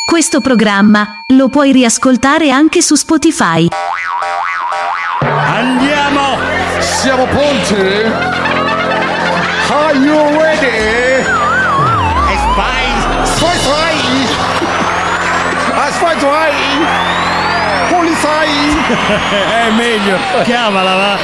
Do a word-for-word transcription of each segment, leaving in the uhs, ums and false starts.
Questo programma lo puoi riascoltare anche su Spotify. Andiamo! Siamo pronti? Are you ready? Spy! Spy try! Ah, spy try! Polizai! È meglio, chiamala, va!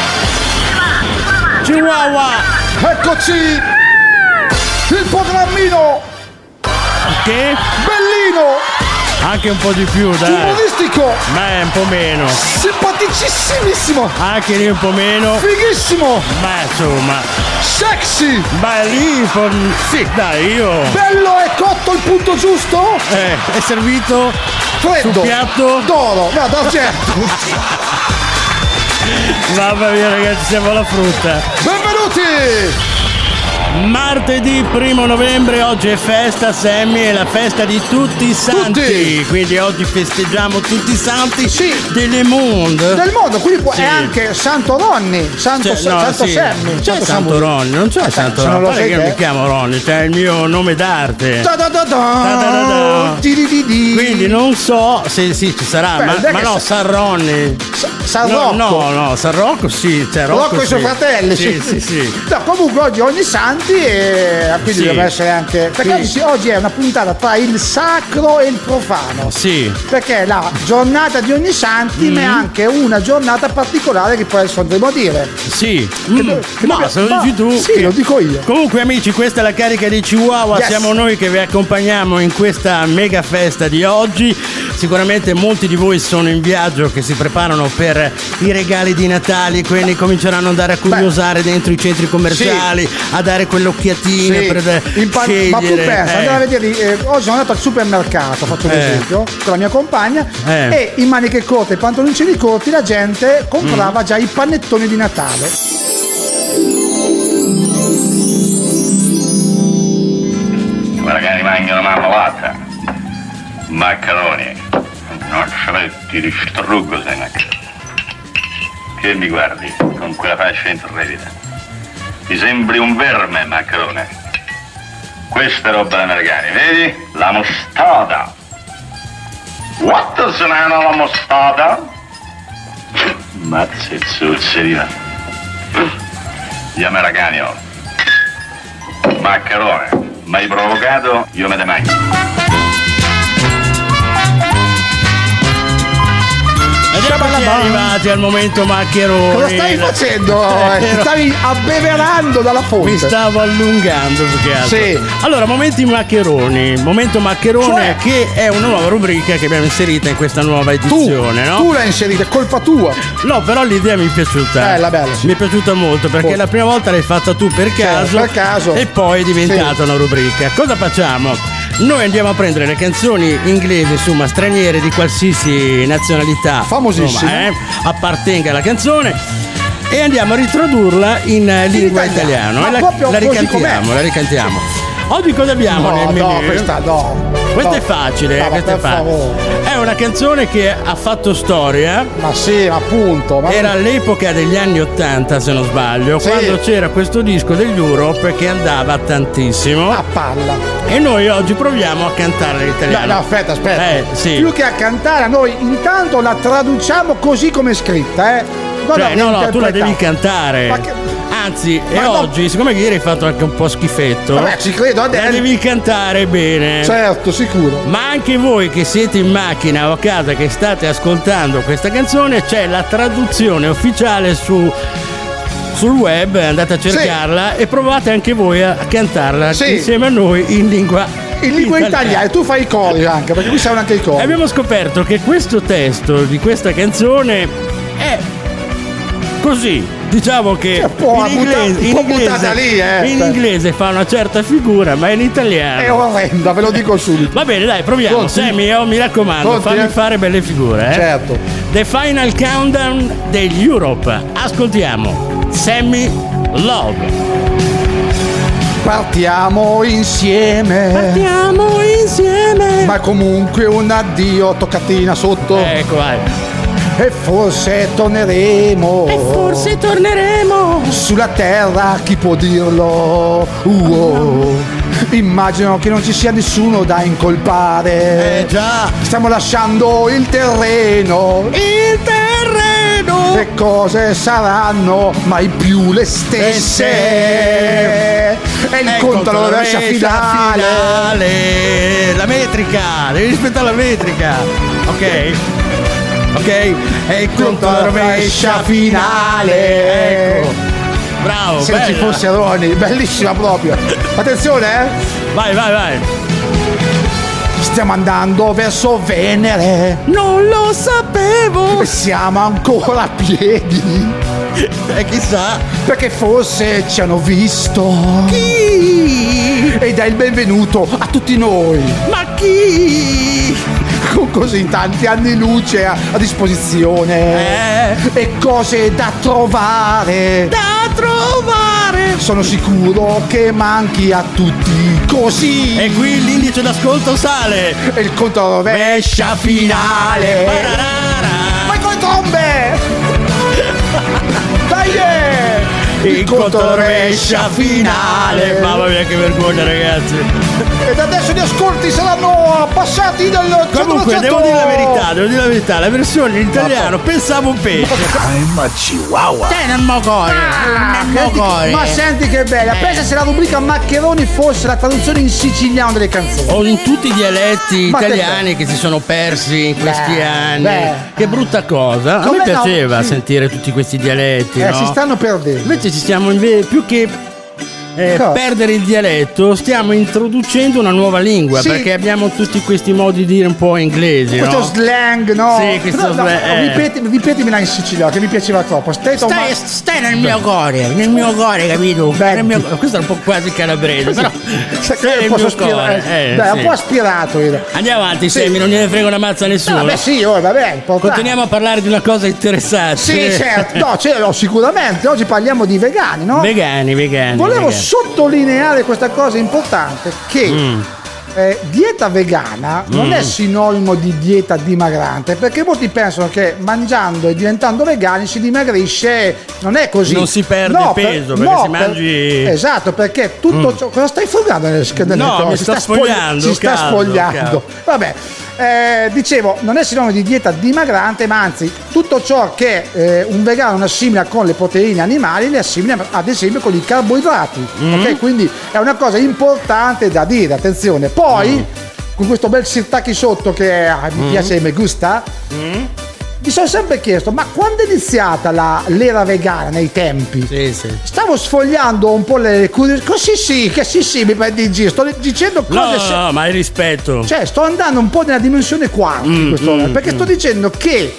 Chihuahua! Eccoci! Il programmino! Che? Bellino! Anche un po' di più, dai! Umoristico! Beh, un po' meno! Simpaticissimo! Anche lì un po' meno! Fighissimo! Beh, insomma! Sexy! Beh, lì un po'... Sì, dai, io... Bello e cotto il punto giusto? Eh, è servito... Freddo! Sul piatto... D'oro! No, d'argento! Mamma mia, ragazzi, siamo alla frutta! Benvenuti! Martedì primo novembre, oggi è festa, Sammy, è la festa di tutti i santi. Tutti. Quindi oggi festeggiamo tutti i santi Sì. del mondo. Del mondo, quindi Sì. è anche Santo Ronny, Santo, C'è, no, Santo sì. Sammy. C'è Santo Santo Samu- Ronny, non c'è Eh, Santo se non Ronny. lo Guarda sai che io te. mi chiamo Ronny, c'è il mio nome d'arte. Da da da da. Da da da da. Di di di di. Quindi non so se sì ci sarà, Beh, ma, dai ma che no, sa- San Ronny. Sa- San No, Rocco. no, no, San Rocco sì, c'è Rocco. Rocco e i suoi sì. fratelli. Sì, sì, sì. No, comunque oggi ogni santi e quindi Sì. deve essere anche. Perché Sì. oggi, si- oggi è una puntata tra il sacro e il profano. Sì. Perché è la giornata di ogni santi, Mm. ma è anche una giornata particolare che poi adesso andremo a dire. Sì. Mm, do- che ma dobbiamo- se lo ma- dici tu. sì, che- lo dico io. Comunque amici, questa è la carica di Chihuahua, Yes. siamo noi che vi accompagniamo in questa mega festa di oggi. Sicuramente molti di voi sono in viaggio, che si preparano per i regali di Natale, quindi cominceranno ad andare a curiosare dentro i centri commerciali, a dare quell'occhiatina Sì. per In pa- scegliere. ma tu pensa, eh. andare a vedere, eh, oggi sono andato al supermercato, faccio un Eh. esempio, con la mia compagna Eh. e in maniche corte e pantaloncini corti la gente comprava Mm. già i panettoni di Natale. Guarda che ne mangiano marmolata, maccheroni, noccioletti di struggo sei una c***o. Che mi guardi con quella faccia intrepida? Ti sembri un verme, maccherone. Questa è roba americana, vedi? La mostarda. What se ne la mostarda? Mazze zuzzerina. Gli americani, oh. Maccherone, m'hai provocato, io me ne mangio. Ed eccoci arrivati al momento maccheroni. Cosa stai facendo? Eh, Ti stavi abbeverando dalla Mi fonte. stavo allungando più che altro. Sì. Allora, momenti maccheroni. Momento maccherone, Cioè? che è una nuova rubrica che abbiamo inserita in questa nuova Tu, edizione, no? tu l'hai inserita, è colpa tua. No, però l'idea mi è piaciuta. Bella, bella, sì. Mi è piaciuta molto perché Oh. la prima volta l'hai fatta tu per caso, per caso. e poi è diventata Sì. una rubrica. Cosa facciamo? Noi andiamo a prendere le canzoni inglesi, insomma, straniere di qualsiasi nazionalità, Famosissime. insomma, eh, appartenga alla canzone, e andiamo a ritrodurla in eh, lingua italiano. italiana. Ma E la, proprio la così ricantiamo, com'è. la ricantiamo. Oggi cosa abbiamo No, nel no, menù? questa no. Questa No. è facile, No, ma questa è per facile. favore. È una canzone che ha fatto storia. Ma sì, appunto. Ma Era all'epoca degli anni ottanta, se non sbaglio, Sì. quando c'era questo disco degli Europe che andava tantissimo. a palla. E noi oggi proviamo a cantare No, l'italiano. no, aspetta, aspetta. Eh, sì. Più che a cantare, noi intanto la traduciamo così come è scritta, eh. Non Cioè, no, no, tu la devi interpretata. cantare. Ma che- Anzi, e Ma no. oggi, siccome ieri hai fatto anche un po' schifetto, Vabbè, ci credo la adesso. devi cantare bene. Certo, sicuro. Ma anche voi che siete in macchina o a casa che state ascoltando questa canzone, c'è la traduzione ufficiale su sul web, andate a cercarla e provate anche voi a cantarla Sì. insieme a noi in lingua In lingua italiana, e tu fai i cori anche, perché qui servono anche i E cori. abbiamo scoperto che questo testo di questa canzone è così, diciamo che È un po' in butta- inglese, un in po' inglese- buttata lì, eh. in inglese fa una certa figura, ma in italiano È orrenda, ve lo dico subito. va bene, dai, proviamo. Pronti? Sammy, oh, mi raccomando, Pronti, fammi eh? fare belle figure, eh. Certo. The Final Countdown degli Europe. Ascoltiamo Sammy Love. Partiamo insieme. Partiamo insieme. Ma comunque un addio, toccatina sotto. Ecco, vai. E forse torneremo. E forse torneremo. Sulla terra, chi può dirlo? Uh, oh. Immagino che non ci sia nessuno da incolpare. Eh già. Stiamo lasciando il terreno. Il terreno. Le cose saranno mai più le stesse. E il Ecco, conto alla rovescia finale. finale. La metrica, devi rispettare la metrica. Ok. Ok. E il conto alla rovescia finale. Ecco. Bravo. Se bella. ci fosse Roni, bellissima proprio. Attenzione, eh. Vai, vai, vai. Stiamo andando verso Venere. Non lo sapevo. Siamo ancora a piedi. E chissà. Perché forse ci hanno visto. Chi? E dai il benvenuto a tutti noi. Ma chi? Con così tanti anni luce a, a disposizione. Eh. E cose da trovare. Da trovare. Sono sicuro che manchi a tutti così. E qui l'indice d'ascolto sale. E il conto alla rovescia finale. Pararara. Vai con le trombe. Dai! Il conto alla rovescia finale. Mamma mia che vergogna ragazzi. E da adesso gli ascolti saranno passati dal Comunque devo dire la verità, devo dire la verità, la versione in italiano pensavo un pesce. I'm a chihuahua. Te non mo cuore, non mo cuore. Ma senti che bella, pensa se la rubrica Maccheroni fosse la traduzione in siciliano delle canzoni. O in tutti i dialetti Ma te- italiani che si sono persi in questi Beh, anni. beh. Che brutta cosa. A Come me no? piaceva Sì. sentire tutti questi dialetti, Eh, no? si stanno perdendo. Invece ci stiamo inve- più che eh, Cosa? perdere il dialetto, stiamo introducendo una nuova lingua, Sì. perché abbiamo tutti questi modi di dire un po' inglesi, Questo no? slang, no? Sì, questo No, no, slang, eh. ripeti- ripetimela in siciliano che mi piaceva troppo. Stai, Stai, stai nel mio cuore, nel mio cuore, capito? Beh, Nel mio- questo è un po' quasi calabrese, però Sai stai che nel un po' mio sospira- cuore. eh, Beh, sì. un po' aspirato io. Andiamo avanti, Sì. Sammy, non gliene frega una mazza a nessuno. Vabbè sì, oh, vabbè, importante. Continuiamo a parlare di una cosa interessante. Sì, certo, no, ce l'ho sicuramente. Oggi parliamo di vegani, no? Vegani, vegani. Volevo vegani. sottolineare questa cosa importante che Mm. eh, dieta vegana non è sinonimo di dieta dimagrante, perché molti pensano che mangiando e diventando vegani si dimagrisce. Non è così. Non si perde No, peso, per- perché no, si mangi- Esatto, perché tutto ciò. Cosa stai frugando nelle nelle No, cose? mi Si sto spogli- spogliando, Si sta caldo, spogliando. caldo. Vabbè, eh, dicevo, non è sinonimo di dieta dimagrante, ma anzi, tutto ciò che eh, un vegano non assimila con le proteine animali, le assimila ad esempio con i carboidrati. Ok? Quindi è una cosa importante da dire, attenzione. Poi, con questo bel sirtaki sotto che ah, mi piace e mi gusta, mi sono sempre chiesto, ma quando è iniziata la- l'era vegana nei tempi? Sì, sì. Stavo sfogliando un po' le curiosità. Così sì, che sì sì, mi prendi in giro. Sto dicendo No, cose. no, se- no, ma hai rispetto. Cioè, sto andando un po' nella dimensione quarta in questo momento, perché sto dicendo che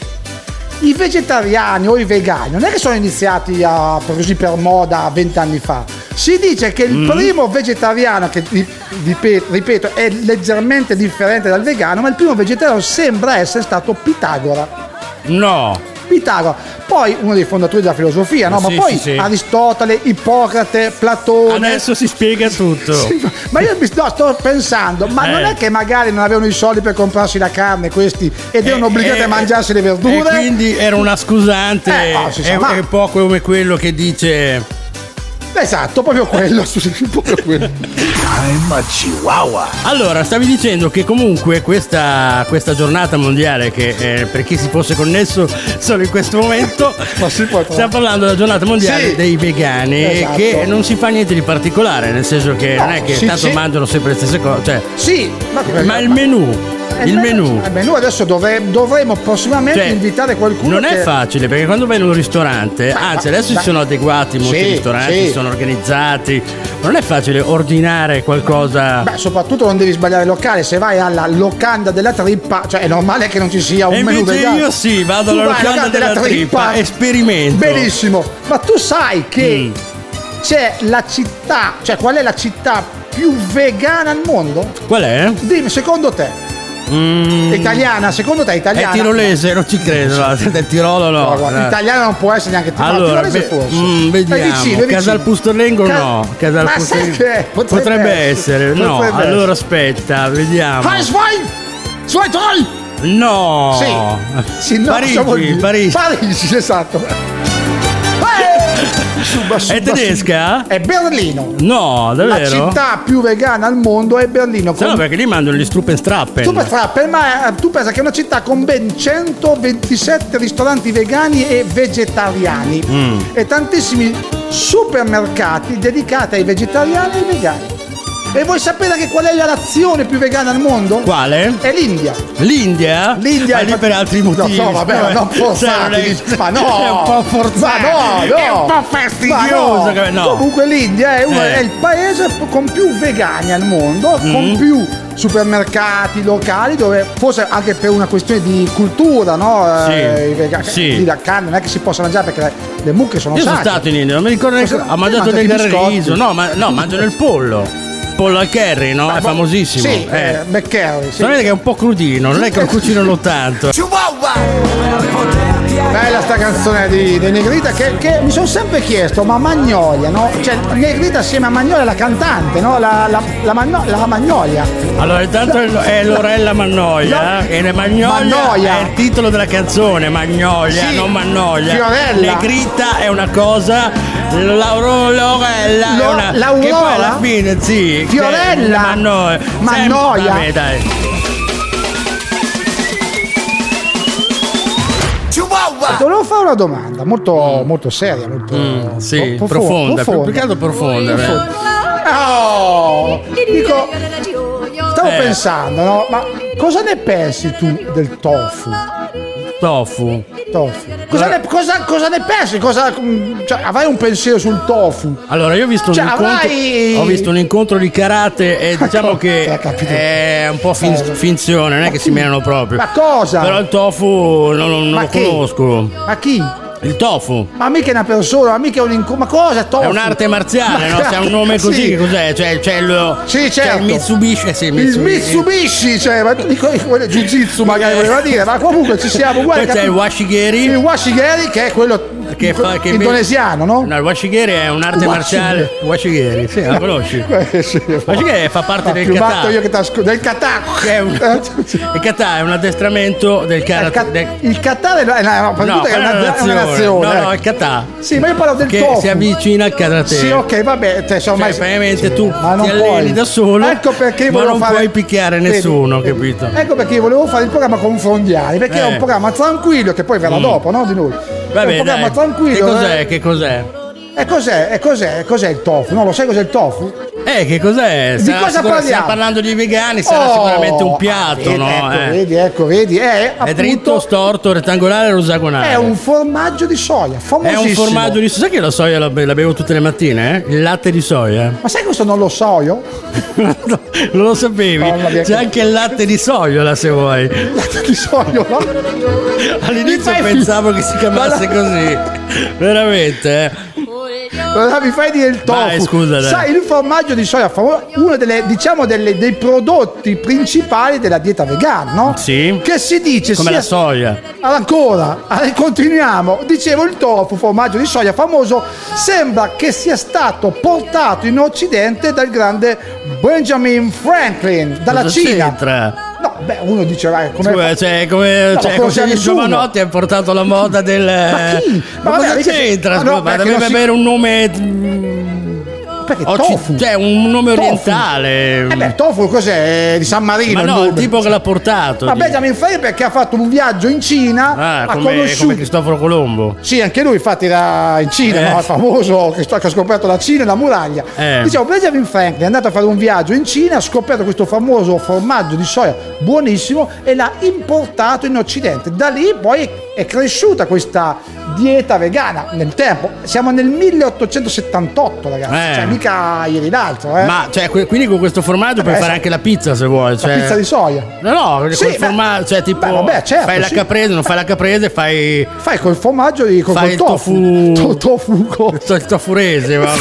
i vegetariani o i vegani non è che sono iniziati a, per così per moda vent'anni fa. Si dice che il primo vegetariano, che ri- ripeto, ripeto è leggermente differente dal vegano, ma il primo vegetariano sembra essere stato Pitagora. No. Pitagora, poi uno dei fondatori della filosofia, no? Ma Sì, poi sì, sì. Aristotele, Ippocrate, Platone. Adesso si spiega tutto. Sì, ma io mi sto, sto pensando, ma Eh. non è che magari non avevano i soldi per comprarsi la carne questi ed erano Eh, obbligati eh, a mangiarsi le E verdure? quindi era una scusante. Eh, no, si sa, è, ma- è un po' come quello che dice. Esatto, proprio quello, proprio quello. I'm a chihuahua. Allora, stavi dicendo che comunque questa, questa giornata mondiale, che eh, per chi si fosse connesso solo in questo momento, Ma si potrà. stiamo parlando della giornata mondiale Sì. dei vegani, Esatto. che non si fa niente di particolare, nel senso che No, non è che sì, tanto sì. mangiano sempre le stesse cose, cioè, Sì, ma, ma il menù, Eh, il menù. Il menù adesso dovre- dovremo prossimamente Cioè, invitare qualcuno non è che... facile, perché quando vai in un ristorante, Ma- anzi ma- adesso ma- si sono adeguati molti Sì, ristoranti, sì. si sono organizzati, non è facile ordinare qualcosa. Beh, soprattutto non devi sbagliare il locale, se vai alla locanda della trippa, cioè è normale che non ci sia un E menù invece vegano. io sì, vado Tu alla vai locanda della trippa, esperimento. Benissimo, ma tu sai che Mm. c'è la città, cioè qual è la città più vegana al mondo? Qual è? Dimmi, secondo te? Mm, Italiana, secondo te è è italiana? tirolese, non ci credo, no, del Tirolo no. No, guarda, no. italiana non può essere neanche tirolese, Allora, tirolese beh, forse. mm, È vediamo. vicino, è vicino. Casal Pusterlengo Ca- no. Casal Ma sai Pusterlengo- che potrebbe potrebbe essere, essere, no. potrebbe Allora essere. aspetta, vediamo. Hai Schwein! Zwei, drei! No. Sì, sì, no, cosa vuol Parigi, dire? Parigi. Parigi, esatto. Eh! Suba, suba, È tedesca? È Berlino. No, La davvero? città più vegana al mondo è Berlino. Sì, no, perché lì mandano gli Struppenstrappen. Struppenstrappen, ma eh, tu pensa che è una città con ben centoventisette ristoranti vegani e vegetariani Mm. e tantissimi supermercati dedicati ai vegetariani e ai vegani. E vuoi sapere che qual è la nazione più vegana al mondo? Quale? È l'India. L'India? L'India Ma è lì per altri motivi. No, no, vabbè, ma non forzati. Cioè, Ma no, è un po' forzato. Ma no, no. È un po' fastidioso. Ma che- no. Comunque l'India è, uno- Eh. è il paese con più vegani al mondo, Mm. con più supermercati locali, dove forse anche per una questione di cultura, no? Sì. Eh, i vegani, Sì. lì la carne non è che si possa mangiare perché le, le mucche sono Io sono sacre. stato in India, non mi ricordo neanche. Cosa- Ha mangiato mangiati del i biscotti? riso. No, ma no, mangiano il pollo. Pollo al curry, no? È famosissimo. Sì, Eh. eh, McCarry, sì. Sapete che è un po' crudino, non è che lo cucinano tanto. Bella sta canzone di, di Negrita che, che mi sono sempre chiesto, ma Magnolia, no? Cioè Negrita assieme a Magnolia la cantante, no? La, la, la, Magno- la Magnolia. Allora, intanto è è Lorella Magnolia. No. E le Magnolia, Magnolia. è il titolo della canzone, Magnolia, Sì. non Magnolia. Fiorella. Negrita è una cosa, Lauro Lorella è Lo- una. l'Aurora? Che poi alla fine, sì. Fiorella. che- Magnolia. Magnolia. Sempre- vabbè, dai. Ti volevo fare una domanda molto, molto seria, molto Mm, sì, pro- profonda, più che altro profonda. Profonda. Oh, dico, stavo Eh. pensando, no? Ma cosa ne pensi tu del tofu? Tofu. Tofu. Cosa, ne, cosa, cosa ne pensi? Cosa, cioè, avrai un pensiero sul tofu? Allora, io ho visto, Cioè, un incontro, avrai- ho visto un incontro di karate e diciamo che Eh, capito. è un po' fin- Eh. finzione, non è che si menano proprio. Ma cosa? Però il tofu non, non- non Ma lo chi? conosco. Ma chi? Il tofu Ma mica è una persona, ma mica è un incontro. Ma cosa tofu? è un'arte marziale, Ma no? Se ha un nome sì. così, che cos'è? Cioè, c'è il, Sì, c'è certo. il Mitsubishi. Eh sì, il Il Mitsubishi. Mitsubishi, cioè, ma dico, Jiu-Jitsu magari voleva dire, ma comunque ci siamo uguali. Poi c'è il capito? Washigiri. Il Washigiri che è quello Che fa- che indonesiano, no? No, il Washigiri è un'arte Washigiri. marziale. Washigiri, sì, la conosci? Eh, sì. Washigiri fa parte Ma del più matto kata. io che t'asco- del kata. Che è un- il kata è un addestramento del Il, karate. cat- del- il kata è, una- è una, No, è una, quella è una è una nazione. nazione. No, no, eh. il kata. Sì, ma io parlo del Che tofu. si avvicina al karate. Sì, ok, vabbè, cioè, insomma, Cioè, praticamente tu ma non ti alleni puoi. da solo, Ecco perché ma volevo non fare... puoi picchiare Vedi, nessuno, vedi. capito? Ecco perché io volevo fare il programma con Fondiani, perché è Eh. un programma tranquillo che poi verrà dopo, no? Di noi. è Vabbè, un programma dai. tranquillo. Che cos'è? eh. Che cos'è? E cos'è? E cos'è? Cos'è il tofu? No, lo sai cos'è il tofu? Eh, che cos'è? Di Sarà cosa sicura- parliamo? Stiamo parlando di vegani, sarà Oh, sicuramente un piatto, vedi, no? Ecco, Eh. vedi, ecco, vedi. È, È appunto, dritto, storto, rettangolare o esagonale? È un formaggio di soia, È famosissimo. un formaggio di soia. Sai che la soia la, be- la bevo tutte le mattine? Eh? Il latte di soia? Ma sai questo non lo so io? Non lo sapevi? Mamma mia, C'è che- anche il latte di soia, se vuoi. Latte di soia, no? All'inizio Mi fai- pensavo che si chiamasse così. Veramente, eh. Allora mi fai dire il tofu. Vai, scusa, dai. Sai, il formaggio di soia, famo- uno delle, diciamo, delle- dei prodotti principali della dieta vegana, no? Sì. Che si dice Come sia... la soia. Ancora, eh, continuiamo. Dicevo, il tofu, formaggio di soia famoso, sembra che sia stato portato in Occidente dal grande Benjamin Franklin, dalla Cosa Cina. c'entra? No, beh, uno dice, vai, come... Scusa, cioè, come, No, cioè, ma come se conosce il nessuno. Giovanotti ha portato la moda del. Ma chi? Ma Ma cosa vabbè, mica- c'entra? ma Scusa, no, ma perché dovrebbe non si- avere un nome. mm, Perché occi- tofu? Cioè, un nome Tofu. orientale. Eh beh, tofu cos'è? Di San Marino? Ma il no, il nome. tipo che l'ha portato. Ma dico. Benjamin Franklin perché ha fatto un viaggio in Cina, Ah, ha come, conosciuto... come Cristoforo Colombo. Sì, anche lui infatti era in Cina, Eh. no? Il famoso che, sta- che ha scoperto la Cina e la muraglia. Eh. Diciamo, Benjamin Franklin è andato a fare un viaggio in Cina, ha scoperto questo famoso formaggio di soia buonissimo e l'ha importato in Occidente. Da lì poi è cresciuta questa dieta vegana nel tempo. Siamo nel milleottocentosettantotto, ragazzi, Eh. cioè mica ieri l'altro, eh. Ma cioè, que- quindi con questo formaggio puoi beh, fare sì. anche la pizza se vuoi. La Cioè... pizza di soia. No, no, Sì, col beh, formaggio, cioè tipo beh, vabbè, certo, fai la sì. caprese, non fai la caprese, fai Fai col formaggio di col, Fai col il tofu. tofu- To- tofu co- il tofurese. Va.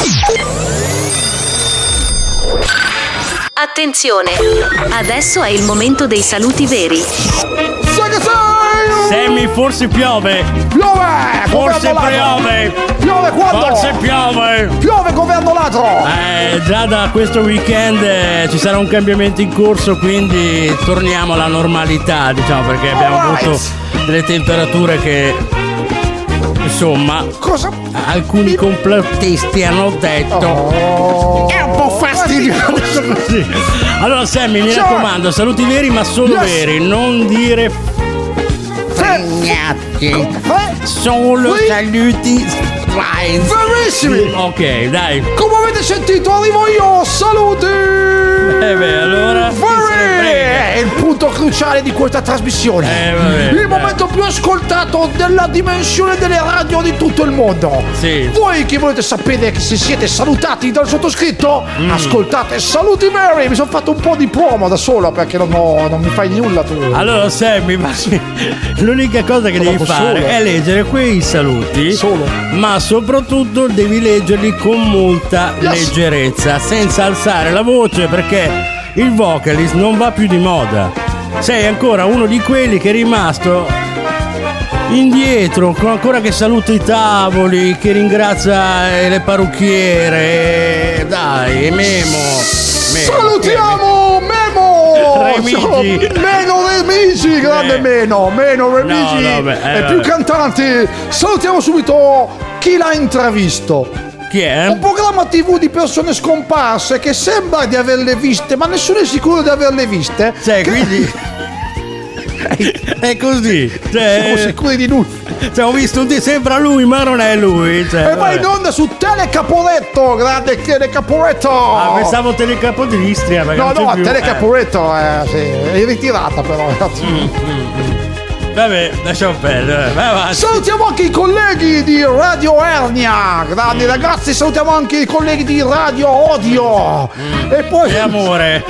Attenzione! Adesso è il momento dei saluti veri. Sai che sei? Sammy, forse piove. Piove! Forse governo ladro! piove. Piove quando? Forse piove. Piove governo ladro! Eh, già da questo weekend eh, ci sarà un cambiamento in corso, quindi torniamo alla normalità, diciamo, perché abbiamo Alright. avuto delle temperature che insomma, Cosa? alcuni complottisti hanno detto Oh. è un po' fastidioso così. Allora Sammy, mi Cioè- raccomando, saluti veri ma solo Yes. veri, non dire fregnati, Eh? solo Qui- saluti slides. Verissimi! Ok, dai. Come avete sentito, arrivo io! Saluti! Eh beh, allora chi se ne frega? È il punto cruciale di questa trasmissione. Eh, vabbè, il dai. momento più ascoltato della dimensione delle radio di tutto il mondo. Sì. Voi che volete sapere che se siete salutati dal sottoscritto, Mm. ascoltate Saluti Mary. Mi sono fatto un po' di promo da solo perché non, ho- non mi fai nulla tu. Allora Sammy, ma l'unica cosa che Ma devi dopo fare solo. è leggere quei saluti. Solo. Ma soprattutto devi leggerli con molta Yes. leggerezza, senza alzare la voce, perché il vocalist non va più di moda. Sei ancora uno di quelli che è rimasto indietro, con- ancora che saluta i tavoli, che ringrazia eh, le parrucchiere. Dai, Memo. Memo. Salutiamo Memo! Remigi. Meno Remigi, grande Eh. Meno, Meno Remigi No, vabbè, eh, e più vabbè. cantanti. Salutiamo subito chi l'ha intravisto. Chi è? Un programma tivù di persone scomparse che sembra di averle viste, ma nessuno è sicuro di averle viste. Cioè, Che- quindi è così. Siamo Cioè, sicuri di nulla. cioè, ho visto un sembra lui, ma non è lui. Cioè, E vai in vabbè. onda su Tele Caporetto, grande Tele Caporetto. Ah, pensavo Telecapo di Istria. perché No, non c'è no, più. Tele Eh. Caporetto è, sì, è ritirata però. Vabbè, lasciamo perdere. Vai avanti. Salutiamo anche i colleghi di Radio Ernia, grandi ragazzi, salutiamo anche i colleghi di Radio Odio e poi E amore.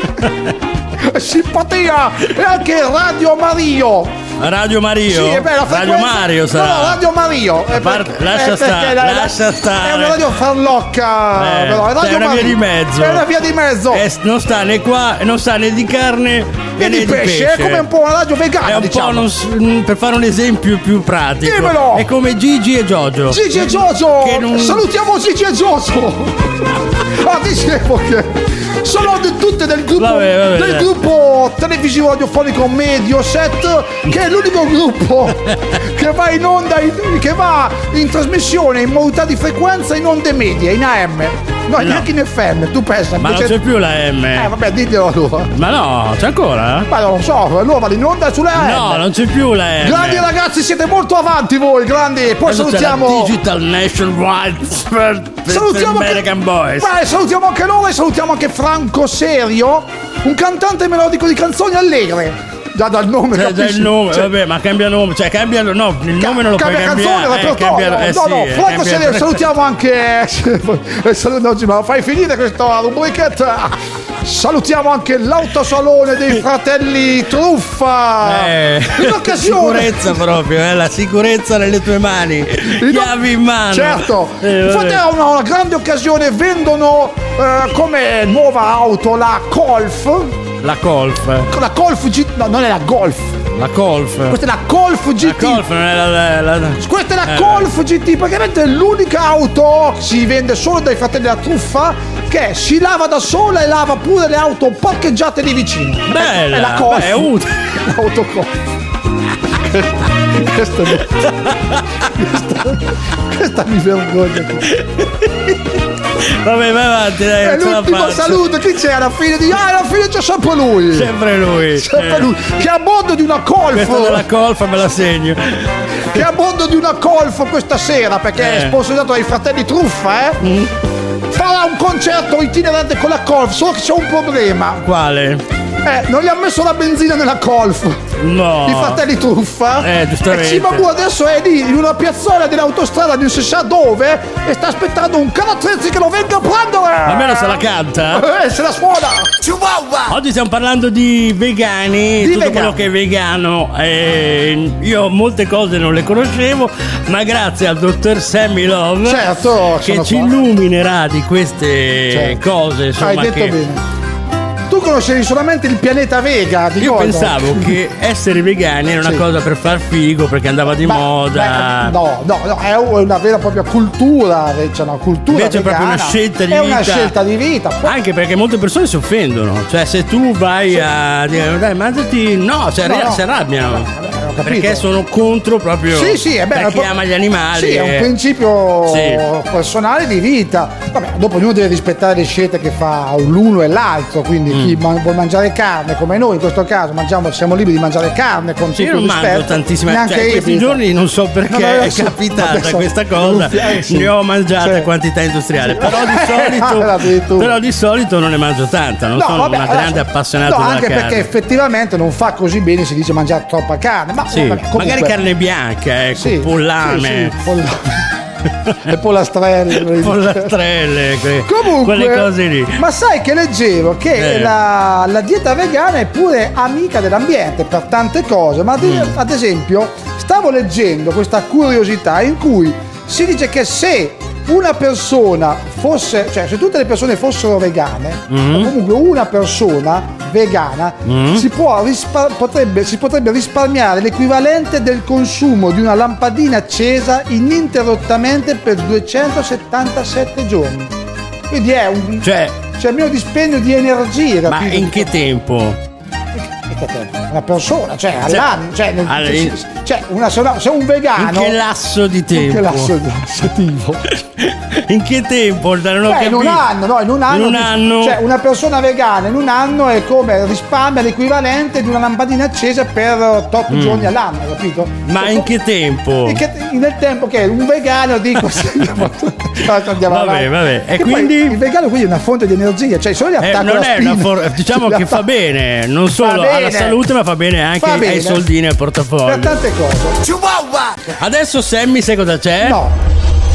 simpatia e anche Radio Mario. Radio Mario. Sì, è bella Radio frequenza- Mario sarà. No, no, Radio Mario. È parte- perché- lascia è perché stare, la- la- lascia stare. È una radio farlocca. Eh, però, è Radio è una via Mario. di mezzo. È una via di mezzo. Eh, non sta né qua, non sta né di carne e né di pesce. È come un po' una radio vegana, È un diciamo. po' non s- mm, per fare un esempio più pratico. Dimmelo! È come Gigi e Giorgio. Gigi e Giorgio. Che non- Salutiamo Gigi e Giorgio. Ah, dicevo che sono di- tutte del gruppo, Vabbè, vabbè, del dai. gruppo televisivo radiofonico Medioset, che è l'unico gruppo che va in onda, in- che va in trasmissione in modalità di frequenza in onde medie, in A M. No, neanche in F M, tu pensa. Ma non invece- c'è più la M. Eh, vabbè, diglielo allora. Ma no, c'è ancora? Ma non lo so, allora vado in onda sulle A M. No, non c'è più la M. Grandi ragazzi, siete molto avanti voi, grandi. Poi Adesso c'è la salutiamo. Digital Nationwide per, per Salutiamo anche, American Boys. Beh, salutiamo anche loro e salutiamo anche Franco Serio, un cantante melodico di canzoni allegre. Già dal nome, C'è già capisci? il nome, Cioè, vabbè, ma cambia nome, cioè cambia no, il nome non lo puoi cambia cambiare. canzone, eh, repertorio. cambia- eh, no, sì, no, eh, Franco cambia- Serio, salutiamo anche. eh, salut- oggi, ma fai finire questa rubrichetta. Salutiamo anche l'autosalone dei fratelli Truffa. Eh, in occasione. sicurezza proprio, eh, la sicurezza nelle tue mani, In- chiavi in mano. Certo, Eh, vabbè. infatti è una, una grande occasione, vendono eh, come nuova auto la Golf, La Golf, la Golf G T, no, non è la Golf, la Golf. questa è la Golf La G T. Golf non è la, la, la- Questa è la Eh, Golf G T, praticamente è l'unica auto che si vende solo dai fratelli della Truffa che si lava da sola e lava pure le auto parcheggiate lì vicino. Bella, è la Golf. beh, è utile. L'auto Golf. Questa, questa, questa mi vergogna. Vabbè, vai avanti, dai, È non ce la l'ultimo faccio. saluto, chi c'è alla fine di. Ah, alla fine c'è sempre lui. Sempre lui. Sempre Eh, lui. Che a bordo di una Questa della Golf. Golf me la segno. Che a bordo di una Golf questa sera, perché Eh. è sponsorizzato dai fratelli Truffa, eh. Mm. Farà un concerto itinerante con la Golf, solo che c'è un problema. Quale? Eh, non gli ha messo la benzina nella Golf. No. I fratelli Truffa. Eh, giustamente. E Cimabue adesso è lì in una piazzola dell'autostrada di non si sa dove e sta aspettando un Calatrezzi che lo venga a prendere. Almeno se la canta. Eh, se la suona. Oggi stiamo parlando di vegani, Di tutto vegani. quello che è vegano. Eh, io molte cose non le conoscevo, ma grazie al dottor Sammy Love, Certo, che sono ci qua. illuminerà di queste Certo. cose, insomma, Hai detto che bene. tu conoscevi solamente il pianeta Vega. Di Io cosa? pensavo che essere vegani era una Sì. cosa per far figo, perché andava di Ma- moda. beh, no, no, no, è una vera e propria cultura, c'è una cultura Invece è proprio vegana, una scelta di è vita. una scelta di vita. Poi- Anche perché molte persone si offendono. Cioè, se tu vai a dire dai, mangiati. No, si, arri- No, no. si arrabbiano. Vabbè, ho capito. Perché sono contro proprio. Sì, sì, è bello. Per chi ama gli animali. Sì, è un eh. principio Sì. personale di vita. Vabbè, dopo ognuno deve rispettare le scelte che fa l'uno e l'altro. Quindi Mm. chi man- vuole mangiare carne, come noi in questo caso, mangiamo, siamo liberi di mangiare carne con Sì, io tutto non il mangio rispetto. tantissime. Neanche Cioè, io, questi capito? giorni non so perché No, no, è adesso- capitata adesso- questa cosa. eh, sì. Ne ho mangiate Sì. a quantità industriale. Però di Addirittura. solito. però di solito non ne mangio tanta. Non No, sono vabbè, una grande adesso- appassionata no, della anche carne. perché effettivamente non fa così bene se dice mangiare troppa carne. Ma Sì, vabbè, comunque- magari carne bianca, ecco, Sì, pollame. sì, sì, polla- le pollastrelle. Pollastrelle, que- Comunque, quelle cose lì. ma sai che leggevo che Eh. la, la dieta vegana è pure amica dell'ambiente per tante cose, ma ad, Mm. ad esempio stavo leggendo questa curiosità in cui si dice che se una persona fosse, cioè se tutte le persone fossero vegane, Mm. o comunque una persona vegana, Mm. si, può rispar- potrebbe, si potrebbe risparmiare l'equivalente del consumo di una lampadina accesa ininterrottamente per duecentosettantasette giorni. Quindi è un Cioè, c'è meno dispendio di energie, ma capito? in che tempo? Che tempo? Una persona, cioè all'anno, cioè, nel- allora, cioè, cioè, una, se una- se un vegano In che lasso di in tempo? che lasso di assativo? In che tempo? Non ho Beh, in un capito. anno, no, in un anno, In un anno? cioè una persona vegana in un anno è come risparmia l'equivalente di una lampadina accesa per otto giorni all'anno, capito? Mm. Ma in che tempo? E che nel tempo che un vegano dico sì, andiamo Vabbè, avanti. vabbè. E Che poi quindi? il vegano quindi è una fonte di energia, cioè solo gli Eh, attacca non la è una spina. for- diciamo Gli che fa attacca- bene non solo Fa alla bene. salute, ma fa bene anche Fa ai bene. soldini al per portafoglio. tante cose. Adesso Sammy, sai cosa c'è? No.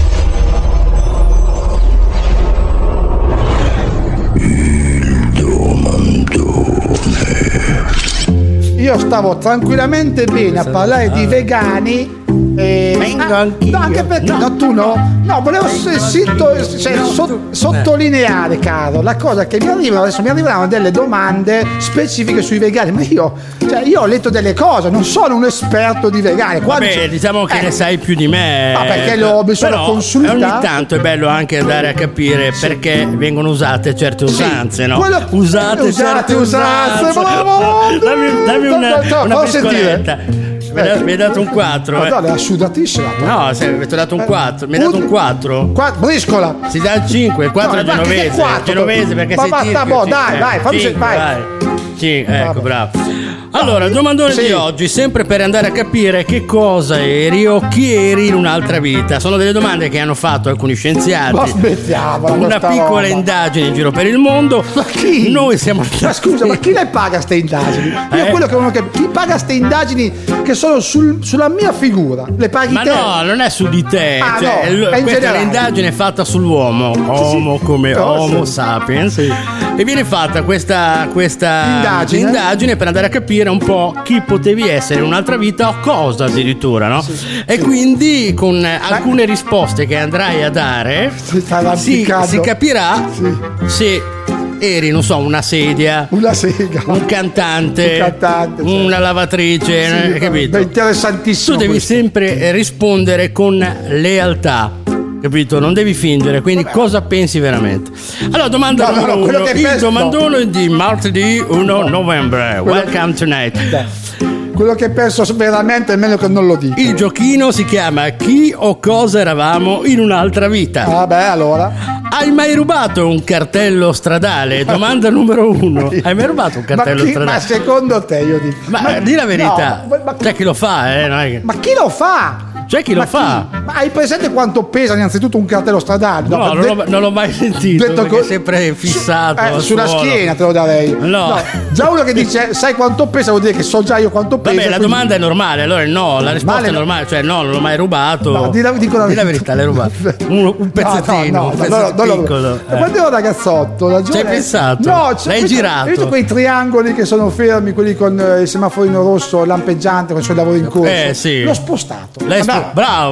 Io stavo tranquillamente bene a parlare di vegani. E... Vengo Ah, anch'io. no, anche perché No. no, tu no. No, volevo s- sito- cioè, so- sottolineare, caro, la cosa che mi arrivano adesso mi arriveranno delle domande specifiche sui vegani, ma io, cioè, io ho letto delle cose, non sono un esperto di vegani. Quando Vabbè, c'è- diciamo che eh, ne sai più di me. Ma perché l'ho- mi sono Però consultato. Ogni tanto è bello anche andare a capire perché vengono usate certe usanze, no? quello- Usate, usate certe usanze, usanze. bravo! dammi, dammi una, No, no, una fallo sentire. piscoletta. Mi hai dato- mi hai dato un quattro. Eh. Madonna, è sudatissima. No, se, ti ho dato un quattro. Mi hai dato un quattro. Qua, briscola. Si dà il cinque, il quattro No, è ma che genovese. quattro? Genovese perché Ma sei basta, tirchio, boh, sì, dai, eh. dai, fammi Cinque, se- vai. vai. Sì, ecco, Vabbè. bravo. Allora, il domandone Sì. di oggi, sempre per andare a capire che cosa eri o chi eri in un'altra vita. Sono delle domande che hanno fatto alcuni Ma scienziati. smettiamola Una questa piccola roba. indagine in giro per il mondo. Ma chi? Noi siamo Ma scusa, ma chi le paga ste indagini? Io Eh? quello che non capisco, chi paga ste indagini che sono sul- sulla mia figura? Le paghi Ma te? no, non è su di te. Ah, cioè, no, l- è in questa è generale. un'indagine fatta sull'uomo. Homo come Oh, Homo sì. sapiens. Sì. E viene fatta questa, questa Indagine. indagine per andare a capire un po' chi potevi essere in un'altra vita o cosa addirittura, no? E quindi con alcune risposte che andrai a dare Si sta si, arrampicando. si capirà Sì. se eri, non so, una sedia, Una sega. un cantante, Un cantante, sì. una lavatrice, Sì, hai capito? È interessantissimo. Tu devi questo. sempre eh, rispondere con lealtà, capito? Non devi fingere, quindi cosa pensi veramente? Allora, domanda No, no, numero no, quello uno, che il penso- domandone di martedì primo novembre. Quello- Welcome tonight. Dai. Quello che penso veramente è meglio che non lo dico. Il giochino si chiama Chi o cosa eravamo in un'altra vita. Vabbè, allora. Hai mai rubato un cartello stradale? Domanda numero uno. Hai mai rubato un cartello ma, chi- stradale? ma secondo te io dico. Ma, di la verità, no, ma, c'è chi lo fa, eh? Non è che... ma chi lo fa? C'è chi lo Ma fa. Ma hai presente quanto pesa innanzitutto un cartello stradale? No, non, de- l'ho, non l'ho mai sentito. detto Perché co- è sempre fissato. Eh, al sulla suolo. schiena te lo darei. No. Già uno che dice sai quanto pesa vuol dire che so già io quanto pesa. Vabbè, la quindi- domanda è normale, allora no, la risposta Normale è no. normale, cioè no, non l'ho mai rubato. No, di la, dico la Di la verità, l'hai rubato. Un, un pezzettino, No, no, un no, pezzettino no, no, no, no. piccolo. eh. Quando ero ragazzotto, la Ci hai pensato? No, c'è L'hai questo- girato? Hai visto quei triangoli che sono fermi, quelli con eh, il semaforino rosso lampeggiante, con i suoi lavori in corso? Eh, sì. L'ho spostato. L'hai Ma spo- no. bravo. Cioè, ma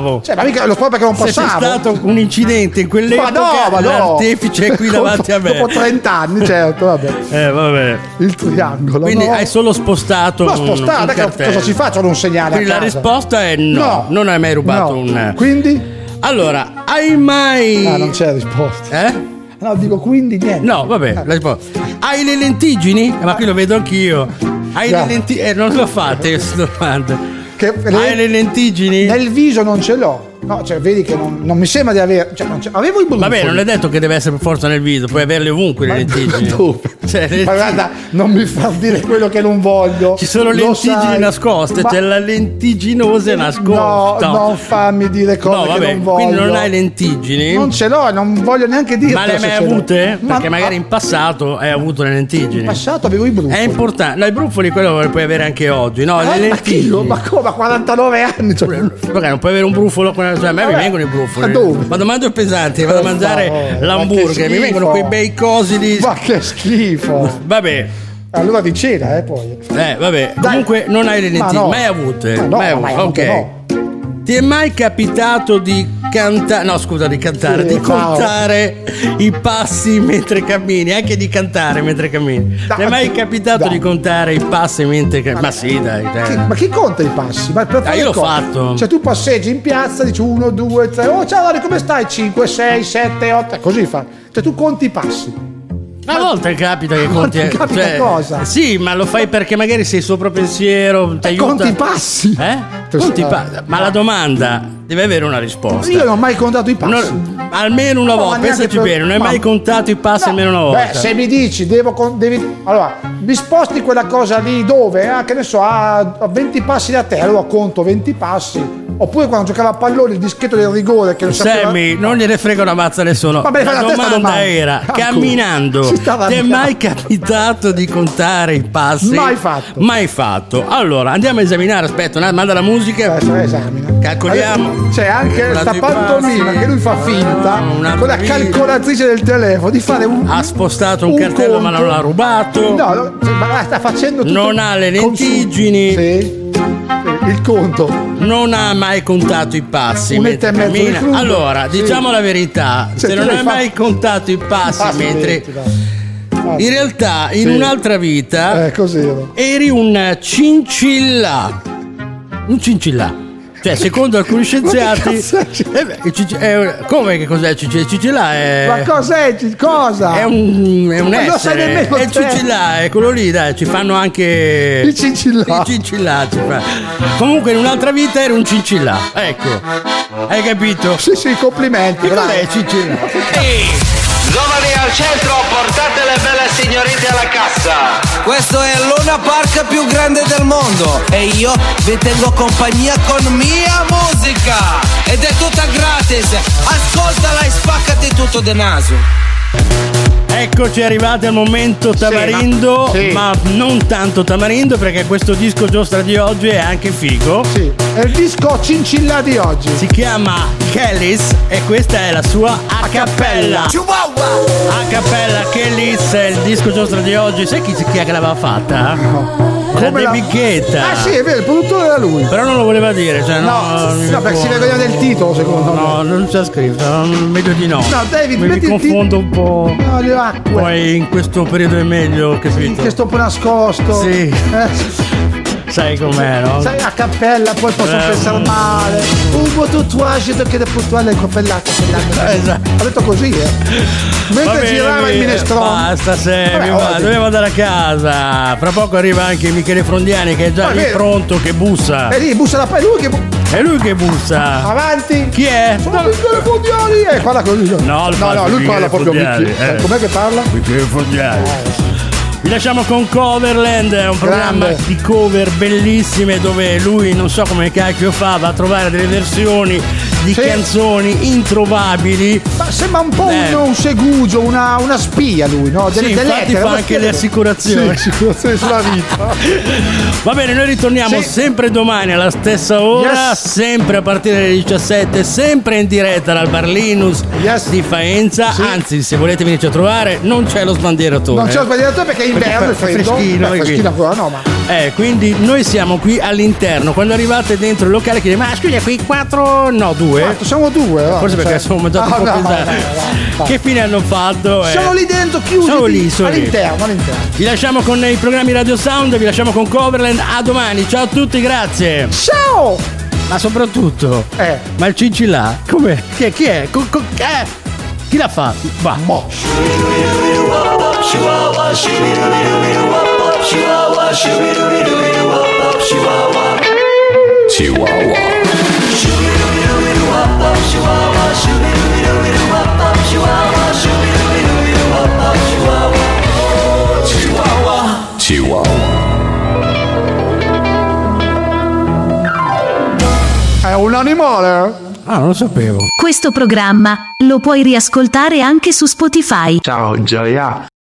mica lo so perché non Se c'è passavo. stato un incidente in quell'epoca, Ma no, ma no. l'artefice è qui davanti a me. Dopo trenta anni, certo, vabbè. Eh, vabbè. Il triangolo. Quindi no? hai solo spostato. L'ho un- spostato, un che- cartello. cosa ci faccio? Non un segnale Quindi a la casa. risposta è no, No. non hai mai rubato No. un. Quindi? Allora, hai mai. Ah, non c'è risposta. Eh? No, dico quindi niente. No, vabbè, la risposta. Hai le lentigini? Eh, ma qui lo vedo anch'io. Hai Già. le lentigini? Eh, non lo fate queste domande. Che Hai le lentigini? Nel viso non ce l'ho. No, cioè, vedi che non, non mi sembra di avere. Cioè, non c'è- avevo i brufoli. Vabbè, non è detto che deve essere per forza nel viso, puoi averle ovunque le lentigini. Dove? Cioè, le- Ma guarda, non mi far dire quello che non voglio. Ci sono Lo lentigini sai. nascoste, Ma- c'è la lentiginosa No, nascosta. non fammi dire cose No, che vabbè, non voglio. quindi non hai lentigini? Non ce l'ho, non voglio neanche dire. Ma le hai mai avute? Perché magari in passato hai avuto le lentigini. in passato avevo i brufoli. È importante. No, i brufoli quello lo puoi avere anche oggi. No, Eh, le ma chi lentigini. io? Ma come? A quarantanove anni. Cioè, Perché non puoi avere un brufolo? Cioè, a me mi Vabbè, vengono i brufoli. ma dove? Vado a mangiare pesanti, vado a Per mangiare favore, ma che l'hamburger, mi schifo. vengono quei bei cosi di. ma che schifo. Vabbè, Allora di cena, eh, poi. eh, vabbè. Dai. Comunque non hai le Ma lentigini, no. mai avute. Ma no, mai avute. mai avute, ok. no. Ti è mai capitato di cantare, no scusa, di cantare, Sì, di ciao. contare i passi mentre cammini, anche di cantare mentre cammini? Dai. Ti è mai capitato Dai. di contare i passi mentre cammini? Ma sì, dai. dai. Chi- ma chi conta i passi? Ma per fare io l'ho cosa? fatto. Cioè tu passeggi in piazza, dici uno, due, tre, oh ciao Lori, come stai? cinque, sei, sette, otto, così fa. Cioè tu conti i passi. A volte capita che conti. ti capita cioè, cosa? Sì, ma lo fai perché magari sei sopra pensiero, ti E aiuta. conti i passi. Eh? Tu Conti i sai- pa- ma la domanda deve avere una risposta. Io non ho mai contato i passi. Non- almeno una No, volta, ma neanche pensaci per- bene, non hai ma- mai contato i passi No. almeno una volta. Beh, se mi dici, devo con- devi. Allora, mi sposti quella cosa lì dove? Ah, che ne so, a a venti passi da te, allora conto venti passi. Oppure quando giocava a pallone il dischetto del rigore che non sapeva. Sammy, non gliene frega una mazza a nessuno. Vabbè, fai la la testa alla domanda mano. era: Ah, camminando, si stava ti è arrabbiando. mai capitato di contare i passi? Mai fatto. Mai fatto. Allora, andiamo a esaminare. Aspetta, no, manda la musica. Adesso la esamina. Calcoliamo. Allora, c'è anche Calcolati sta i pantomima passi. che lui fa finta Una con la trivia. calcolatrice del telefono di fare un. Ha spostato un, cartello ma conto. non l'ha rubato. No, no, ma sta facendo tutto. Non ha le consu- lentigini. Sì. Sì, il conto. Non ha mai contato i passi Un'etta mentre e mezzo di cammina. frutta. Allora, Sì. diciamo la verità: Se se tu non l'hai hai fatto- mai contato i passi Passi mentre. denti, dai. Passi. In realtà, in Sì. un'altra vita Eh, cos'ero? eri un cincilla. Un cincilla. Cioè, secondo alcuni scienziati. cazzo è? Eh beh, il cinci- è- come che cos'è il cincilla? Il cincilla è. Ma cos'è? Cosa? È un, è un Ma lo sai essere. nemmeno È il te. cincilla, è quello lì, dai, ci fanno anche. Il cincilla. Il cincilla ci fa. Comunque in un'altra vita eri un cincilla. Ecco. Hai capito? Sì, sì, complimenti. Che bravo. cos'è il cincilla? Giovani al centro, portate le belle signorine alla cassa. Questo è il Luna Park più grande del mondo e io vi tengo compagnia con mia musica ed è tutta gratis. Ascoltala e spaccati tutto de naso. Eccoci arrivati al momento tamarindo, Sì, ma, ma- sì. non tanto tamarindo perché questo disco giostra di oggi è anche figo. Sì, è il disco cincilla di oggi. Si chiama Kellys e questa è la sua a cappella. A cappella Kellys è il disco giostra di oggi. Sai chi, chi è che l'aveva fatta? Era Come la- David Guetta. Ah sì, è vero, il produttore era lui. Però non lo voleva dire, cioè no, No, non mi no, perché può- si vergogna del titolo, secondo me. No, non c'è scritto, non- meglio di no. No, David, mi, mi metti il confondo un po'. No, le acque. Poi in questo periodo è meglio, capito? Che sto un po' nascosto. Sì. Eh, Sai com'è, no? sai, a cappella, poi posso Eh. pensare male. Un buon tatuaggio perché da puntuale è cappellato. Esatto. Ha detto così, eh. Va Mentre bene, girava bene. il minestrone. Basta, Semi, Vabbè, va, oggi- dobbiamo andare a casa. Fra poco arriva anche Michele Frondiani che è già Va lì bene. pronto, che bussa. E lì bussa la pa- è lui che. bu- È lui che bussa. Avanti. Chi è? Sono Michele Fondiani! Eh, parla così. No, il no, no, lui Michele parla proprio Fondiani, Michele. eh. Com'è che parla? Michele Frondiani. Vi lasciamo con Coverland, è un programma Grande. di cover bellissime dove lui non so come cacchio fa, va a trovare delle versioni di Sì. canzoni introvabili. Ma sembra un po' Eh. un, un segugio, una, una spia lui, no? Delle, Sì, delle infatti lettere, fa una anche spia le delle- assicurazioni. Sì, assicurazioni sulla vita. Va bene, noi ritorniamo Sì. sempre domani alla stessa ora, Yes. sempre a partire dalle diciassette, sempre in diretta dal Bar Linus Yes. di Faenza. Sì. Anzi, se volete venirci a trovare, non c'è lo sbandieratore. Non c'è lo sbagliato perché è Perché inverno, è fa- freddo. freschino, Beh, quindi. freschino ancora no, ma. Eh, quindi noi siamo qui all'interno. Quando arrivate dentro il locale chiedete: ma scusa, qui quattro, no, due. due? Quattro, siamo due. Va, Forse perché cioè... sono mangiato ah, un po' no, pesante. no, no, no, no. Che fine hanno fatto? Eh? Sono lì dentro chiusi. Sono lì, sono lì. all'interno, all'interno. Vi lasciamo con i programmi Radio Sound, vi lasciamo con Coverland. A domani, ciao a tutti, grazie. Ciao! Ma soprattutto, eh. ma il cincillà, come? Chi è? Chi è? Co- co- eh? Chi l'ha fatto? Va. Mo. È un animale? Ah, non lo sapevo. Questo programma lo puoi riascoltare anche su Spotify. Ciao Gioia.